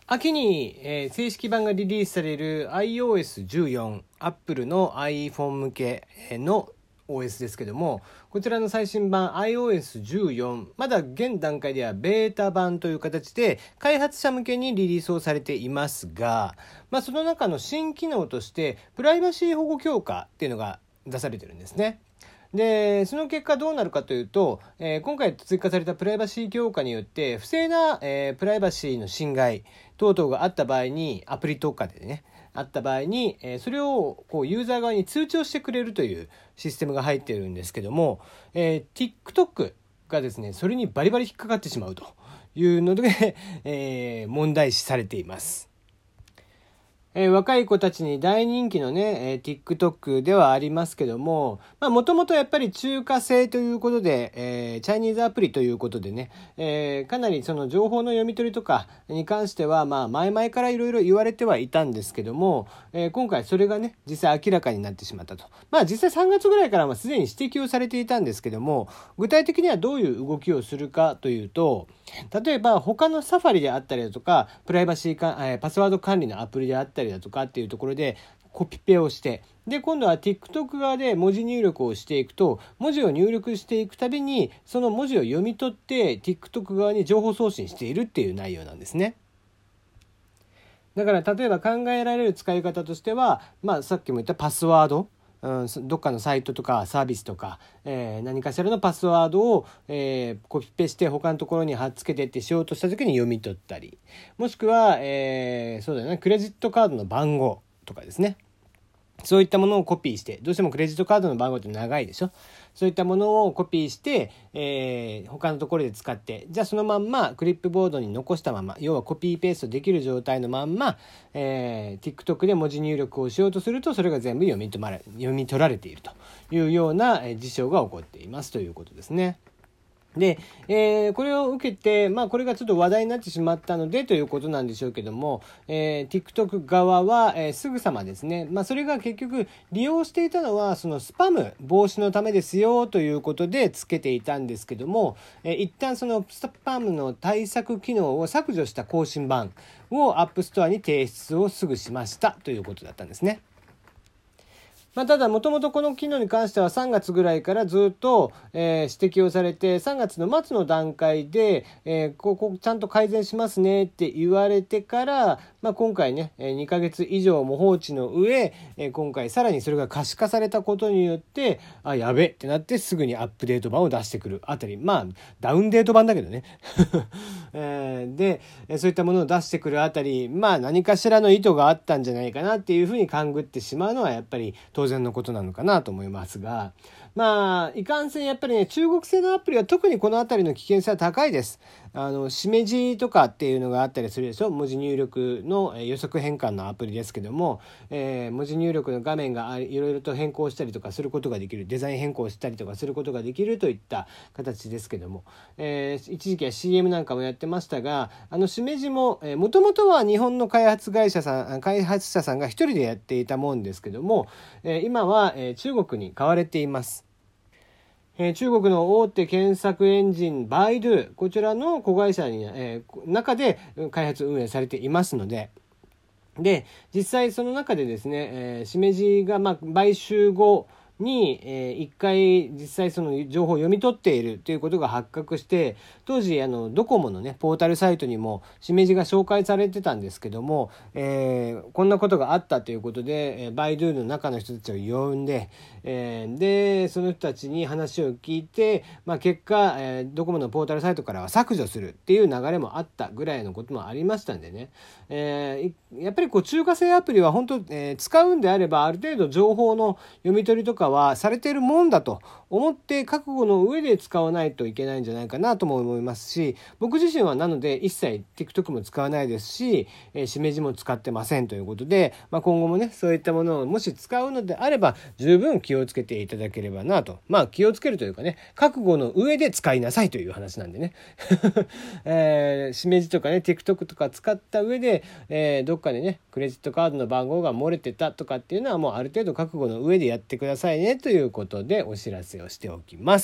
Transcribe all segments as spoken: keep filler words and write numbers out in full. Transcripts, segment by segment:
秋に、えー、正式版がリリースされる アイオーエスじゅうよん、Apple の iPhone 向けの オーエス ですけども、こちらの最新版 アイオーエスじゅうよん、まだ現段階ではベータ版という形で開発者向けにリリースをされていますが、まあ、その中の新機能としてプライバシー保護強化っていうのが出されてるんですね。でその結果どうなるかというと、えー、今回追加されたプライバシー強化によって不正な、えー、プライバシーの侵害等々があった場合に、アプリとかでねあった場合に、えー、それをこうユーザー側に通知をしてくれるというシステムが入っているんですけども、えー、TikTok がですねそれにバリバリ引っかかってしまうというので、えー、問題視されています。えー、若い子たちに大人気のね、えー、TikTok ではありますけども、まあもともとやっぱり中華製ということで、えー、チャイニーズアプリということでね、えー、かなりその情報の読み取りとかに関しては、まあ前々からいろいろ言われてはいたんですけども、えー、今回それがね、実際明らかになってしまったと。まあ実際さんがつぐらいからはすでに指摘をされていたんですけども、具体的にはどういう動きをするかというと、例えば他のサファリであったりだとか、プライバシーか、えー、パスワード管理のアプリであったりだとかっていうところでコピペをして、で今度は TikTok 側で文字入力をしていくと、文字を入力していくたびにその文字を読み取って TikTok 側に情報送信しているっていう内容なんですね。だから例えば考えられる使い方としては、まあ、さっきも言ったパスワード、うん、どっかのサイトとかサービスとか、えー、何かしらのパスワードを、えー、コピペして他のところに貼っつけてってしようとした時に読み取ったり、もしくは、えー、そうだよね、クレジットカードの番号とかですね、そういったものをコピーして、どうしてもクレジットカードの番号って長いでしょ。そういったものをコピーして、えー、他のところで使って、じゃあそのまんまクリップボードに残したまま、要はコピーペーストできる状態のまんま、えー、TikTok で文字入力をしようとすると、それが全部読み取られ、読み取られているというような事象が起こっていますということですね。で、えー、これを受けて、まあこれがちょっと話題になってしまったのでということなんでしょうけども、えー、TikTok 側は、えー、すぐさまですね、まあそれが結局利用していたのはそのスパム防止のためですよということでつけていたんですけども、えー、一旦そのスパムの対策機能を削除した更新版を App Store に提出をすぐしましたということだったんですね。まあ、ただもともとこの機能に関してはさんがつぐらいからずっと、えー、指摘をされて、さんがつの末の段階で、えー、ここちゃんと改善しますねって言われてから、まあ、今回ねにかげつ以上も放置の上、えー、今回さらにそれが可視化されたことによって、あやべってなってすぐにアップデート版を出してくるあたり、まあダウンデート版だけどね、えー、でそういったものを出してくるあたり、まあ何かしらの意図があったんじゃないかなっていうふうに勘ぐってしまうのはやっぱり当然のことなのかなと思いますが、まあいかんせんやっぱりね中国製のアプリは特にこのあたりの危険性は高いです。あのしめじとかっていうのがあったりするでしょ。文字入力の予測変換のアプリですけども、えー、文字入力の画面がいろいろと変更したりとかすることができる、デザイン変更したりとかすることができるといった形ですけども、えー、一時期は シーエム なんかもやってましたが、あのしめじももともとは日本の開発会社さん開発者さんが一人でやっていたもんですけども、えー、今は、えー、中国に買われています。えー、中国の大手検索エンジンバイドゥ、こちらの子会社に、えー、中で開発運営されていますので、で実際その中でですね、えー、しめじがまあ買収後に、えー、一回実際その情報を読み取っているということが発覚して、当時あのドコモのねポータルサイトにもしめじが紹介されてたんですけども、えー、こんなことがあったということで、えー、バイドゥの中の人たちを呼んで、えー、でその人たちに話を聞いて、まあ、結果、えー、ドコモのポータルサイトからは削除するっていう流れもあったぐらいのこともありましたんでね、えー、やっぱりこう中華製アプリは本当、えー、使うんであればある程度情報の読み取りとかはされているもんだと思って覚悟の上で使わないといけないんじゃないかなとも思いますし、僕自身はなので一切 TikTok も使わないですし、えー、しめじも使ってませんということで、まあ、今後もねそういったものをもし使うのであれば十分気をつけていただければなと、まあ気をつけるというかね、覚悟の上で使いなさいという話なんでね、えー、しめじとかね TikTok とか使った上で、えー、どっかでねクレジットカードの番号が漏れてたとかっていうのはもうある程度覚悟の上でやってくださいねということでお知らせをしておきます。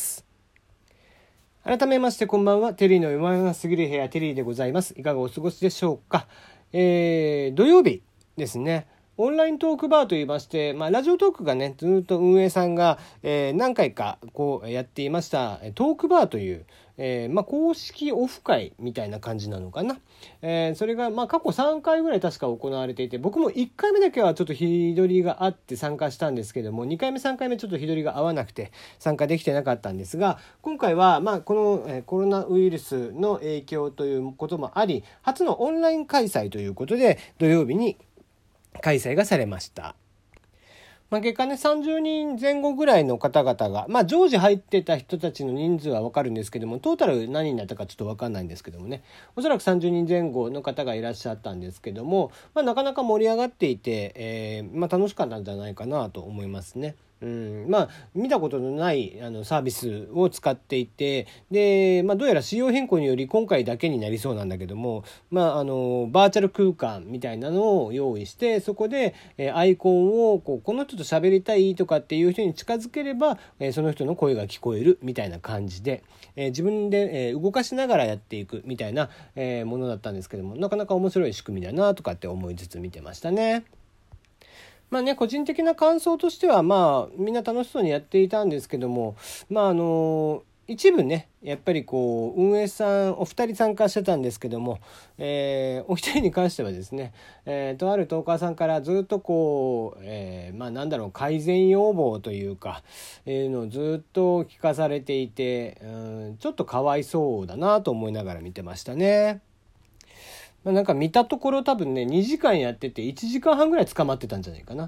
改めましてこんばんは。テリーの夜な夜なすぎる部屋テリーでございます。いかがお過ごしでしょうか。 えー、土曜日ですね、オンライントークバーといいまして、まあ、ラジオトークがねずっと運営さんが、えー、何回かこうやっていましたトークバーという、えーまあ、公式オフ会みたいな感じなのかな、えー、それがまあ過去さんかいぐらい確か行われていて、僕もいっかいめだけはちょっと日取りがあって参加したんですけども、にかいめさんかいめちょっと日取りが合わなくて参加できてなかったんですが、今回はまあこの、えー、コロナウイルスの影響ということもあり初のオンライン開催ということで土曜日に開催がされました。まあ、結果ねさんじゅうにんぜん後ぐらいの方々が、まあ、常時入ってた人たちの人数は分かるんですけども、トータル何人だったかちょっと分かんないんですけどもね、おそらくさんじゅうにんぜん後の方がいらっしゃったんですけども、まあ、なかなか盛り上がっていて、えーまあ、楽しかったんじゃないかなと思いますね。うん、まあ見たことのないあのサービスを使っていて、で、まあ、どうやら仕様変更により今回だけになりそうなんだけども、まあ、あのバーチャル空間みたいなのを用意して、そこで、えー、アイコンをこうこの人と喋りたいとかっていう人に近づければ、えー、その人の声が聞こえるみたいな感じで、えー、自分で、えー、動かしながらやっていくみたいな、えー、ものだったんですけども、なかなか面白い仕組みだなとかって思いつつ見てましたね。まあね、個人的な感想としては、まあみんな楽しそうにやっていたんですけども、まああの一部ねやっぱりこう運営さんお二人参加してたんですけども、えー、お一人に関してはですね、えー、とあるトーカーさんからずっとこう、えー、まあなんだろう改善要望というか、えー、のをずっと聞かされていて、うん、ちょっとかわいそうだなと思いながら見てましたね。まあ、なんか見たところ多分ねにじかんやってていちじかんはんぐらい捕まってたんじゃないかな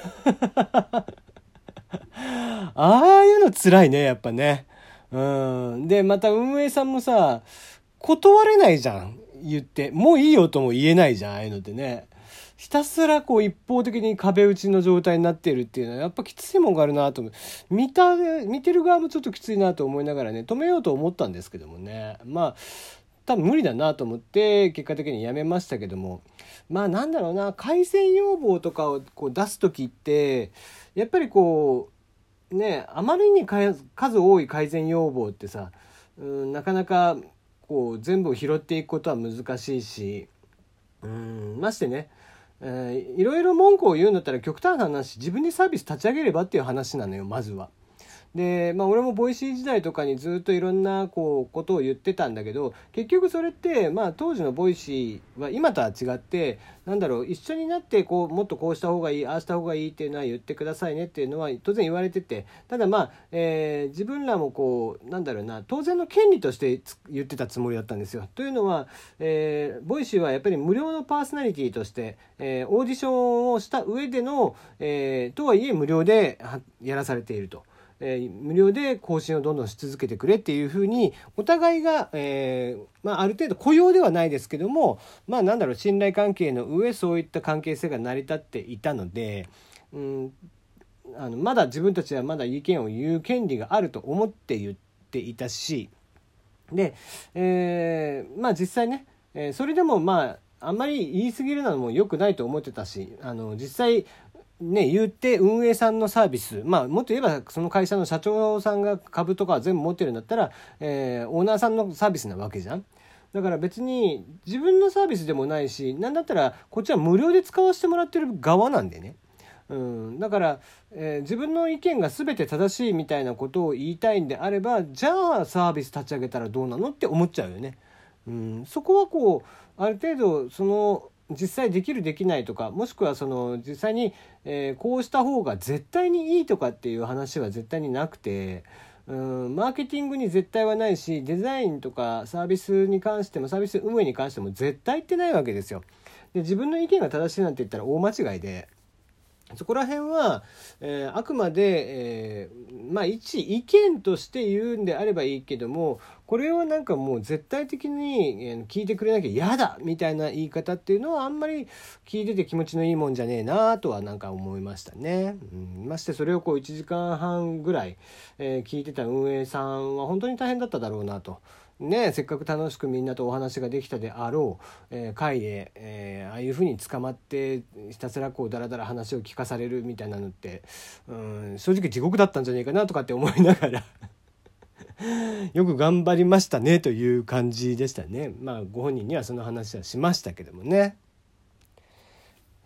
ああいうの辛いねやっぱね。うんでまた運営さんもさ断れないじゃん、言ってもういいよとも言えないじゃん、ああいうのってね。ひたすらこう一方的に壁打ちの状態になっているっていうのはやっぱきついもんがあるなと思う。見た見てる側もちょっときついなと思いながらね止めようと思ったんですけどもね、まあ多分無理だなと思って結果的にやめましたけども、まあなんだろうな、改善要望とかをこう出す時ってやっぱりこうねあまりに数多い改善要望ってさ、うん、なかなかこう全部を拾っていくことは難しいし、うんましてね、えー、いろいろ文句を言うんだったら極端な話自分でサービス立ち上げればっていう話なのよまずは。で、まあ、俺もボイシー時代とかにずっといろんなこうことを言ってたんだけど、結局それって、まあ、当時のボイシーは今とは違ってなんだろう、一緒になってこうもっとこうした方がいいああした方がいいっていうのは言ってくださいねっていうのは当然言われてて、ただまあ、えー、自分らもこうなんだろうな当然の権利として言ってたつもりだったんですよ。というのは、えー、ボイシーはやっぱり無料のパーソナリティとして、えー、オーディションをした上での、えー、とはいえ無料でやらされていると。えー、無料で更新をどんどんし続けてくれっていうふうにお互いが、えーまあ、ある程度雇用ではないですけども、まあなんだろう信頼関係の上そういった関係性が成り立っていたので、うん、あのまだ自分たちはまだ意見を言う権利があると思って言っていたし、で、えー、まあ実際ね、えー、それでもまああんまり言い過ぎるのも良くないと思ってたし、あの実際ね、言って運営さんのサービス、まあもっと言えばその会社の社長さんが株とか全部持ってるんだったら、えー、オーナーさんのサービスなわけじゃん。だから別に自分のサービスでもないし、なんだったらこっちは無料で使わせてもらってる側なんでね。うん、だから、えー、自分の意見が全て正しいみたいなことを言いたいんであれば、じゃあサービス立ち上げたらどうなのって思っちゃうよね。うん、そこはこうある程度その実際できるできないとか、もしくはその実際に、えー、こうした方が絶対にいいとかっていう話は絶対になくて、うんマーケティングに絶対はないし、デザインとかサービスに関してもサービス運営に関しても絶対ってないわけですよ。で自分の意見が正しいなんて言ったら大間違いで、そこら辺は、えー、あくまで、えー、まあ一意見として言うんであればいいけども、これをなんかもう絶対的に、えー、聞いてくれなきゃ嫌だみたいな言い方っていうのはあんまり聞いてて気持ちのいいもんじゃねえなとはなんか思いましたね。うん、ましてそれをこういちじかんはんぐらい、えー、聞いてた運営さんは本当に大変だっただろうなと。ね、せっかく楽しくみんなとお話ができたであろう、えー、会で、えー、ああいう風に捕まってひたすらこうダラダラ話を聞かされるみたいなのって、うん、正直地獄だったんじゃないかなとかって思いながらよく頑張りましたねという感じでしたね。まあご本人にはその話はしましたけどもね。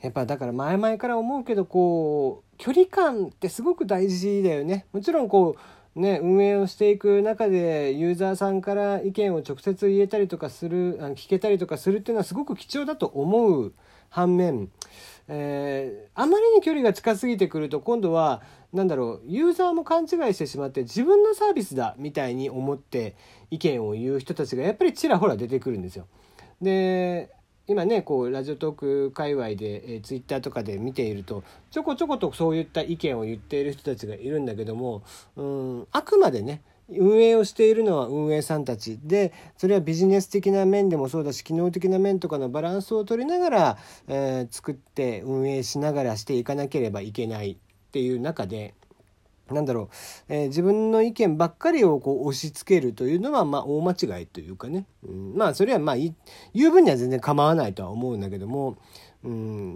やっぱだから前々から思うけどこう距離感ってすごく大事だよね。もちろんこうね運営をしていく中でユーザーさんから意見を直接言えたりとかする聞けたりとかするっていうのはすごく貴重だと思う反面、えー、あまりに距離が近すぎてくると今度はなんだろうユーザーも勘違いしてしまって自分のサービスだみたいに思って意見を言う人たちがやっぱりちらほら出てくるんですよ。で今ねこうラジオトーク界隈で、えー、ツイッターとかで見ているとちょこちょことそういった意見を言っている人たちがいるんだけども、うんあくまでね運営をしているのは運営さんたちで、それはビジネス的な面でもそうだし機能的な面とかのバランスを取りながら、えー、作って運営しながらしていかなければいけないっていう中で、なんだろう、えー、自分の意見ばっかりをこう押し付けるというのはまあ大間違いというかね、うん、まあそれはまあ言う分には全然構わないとは思うんだけども、うん、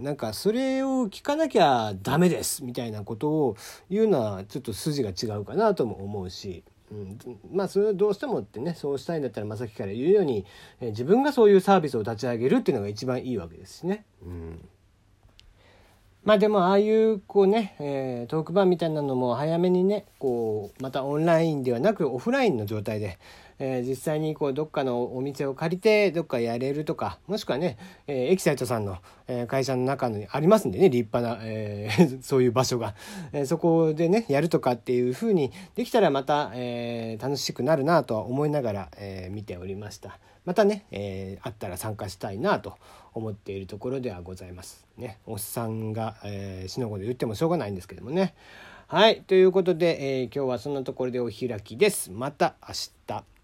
なんかそれを聞かなきゃダメですみたいなことを言うのはちょっと筋が違うかなとも思うし、うん、まあそれをどうしてもってねそうしたいんだったらまあさっきから言うように、えー、自分がそういうサービスを立ち上げるっていうのが一番いいわけですしね。うんまあでもああいうこうね、えー、トークバーみたいなのも早めにねこうまたオンラインではなくオフラインの状態で、えー、実際にこうどっかのお店を借りてどっかやれるとか、もしくはね、えー、エキサイトさんの、えー、会社の中にありますんでね立派な、えー、そういう場所が、えー、そこでねやるとかっていう風にできたらまた、えー、楽しくなるなとは思いながら、えー、見ておりました。またね、えー、あったら参加したいなと思っているところではございますね。おっさんが、えー、しのごで言ってもしょうがないんですけどもね。はいということで、えー、今日はそんなところでお開きです。また明日。